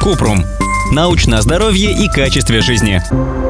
Купрум. Научное здоровье и качестве жизни.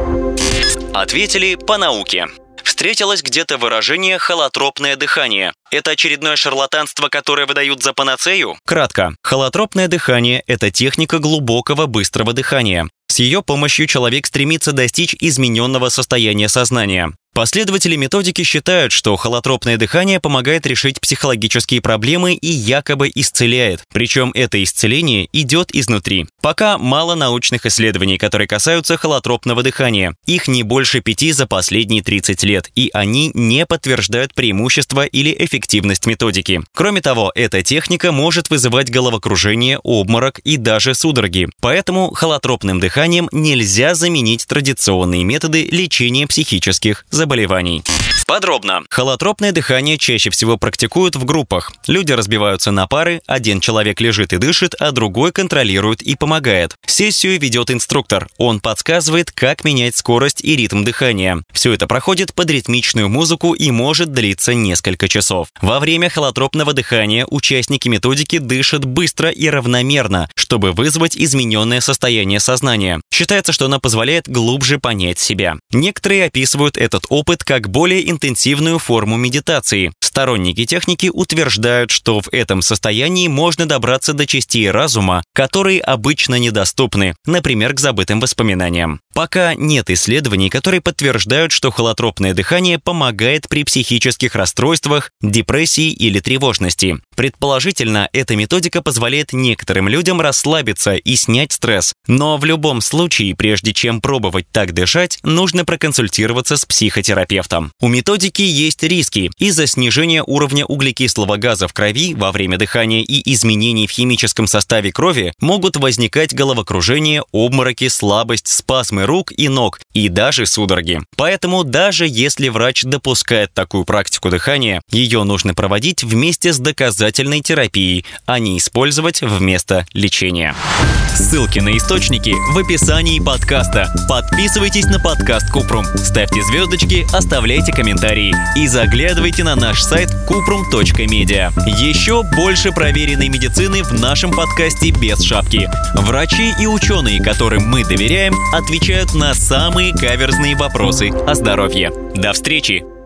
Ответили по науке. Встретилось где-то выражение «холотропное дыхание». Это очередное шарлатанство, которое выдают за панацею? Кратко. Холотропное дыхание – это техника глубокого быстрого дыхания. С ее помощью человек стремится достичь измененного состояния сознания. Последователи методики считают, что холотропное дыхание помогает решить психологические проблемы и якобы исцеляет. Причем это исцеление идет изнутри. Пока мало научных исследований, которые касаются холотропного дыхания. Их не больше 5 за последние 30 лет, и они не подтверждают преимущество или эффективность методики. Кроме того, эта техника может вызывать головокружение, обморок и даже судороги. Поэтому холотропным дыханием нельзя заменить традиционные методы лечения психических заболеваний. Подробно. Холотропное дыхание чаще всего практикуют в группах. Люди разбиваются на пары, один человек лежит и дышит, а другой контролирует и помогает. Сессию ведет инструктор. Он подсказывает, как менять скорость и ритм дыхания. Все это проходит под ритмичную музыку и может длиться несколько часов. Во время холотропного дыхания участники методики дышат быстро и равномерно, чтобы вызвать измененное состояние сознания. Считается, что она позволяет глубже понять себя. Некоторые описывают этот опыт как более интенсивную форму медитации. Сторонники техники утверждают, что в этом состоянии можно добраться до частей разума, которые обычно недоступны, например, к забытым воспоминаниям. Пока нет исследований, которые подтверждают, что холотропное дыхание помогает при психических расстройствах, депрессии или тревожности. Предположительно, эта методика позволяет некоторым людям расслабиться и снять стресс. Но в любом случае, прежде чем пробовать так дышать, нужно проконсультироваться с психотерапевтом. У методики есть риски. Из-за снижения уровня углекислого газа в крови во время дыхания и изменений в химическом составе крови могут возникать головокружение, обмороки, слабость, спазмы рук и ног и даже судороги. Поэтому даже если врач допускает такую практику дыхания, ее нужно проводить вместе с доказательной терапией, а не использовать вместо лечения. Ссылки на источники в описании подкаста. Подписывайтесь на подкаст Купрум, ставьте звездочки, оставляйте комментарии и заглядывайте на наш сайт kuprum.media. Еще больше проверенной медицины в нашем подкасте без шапки. Врачи и ученые, которым мы доверяем, отвечают на самые каверзные вопросы о здоровье. До встречи!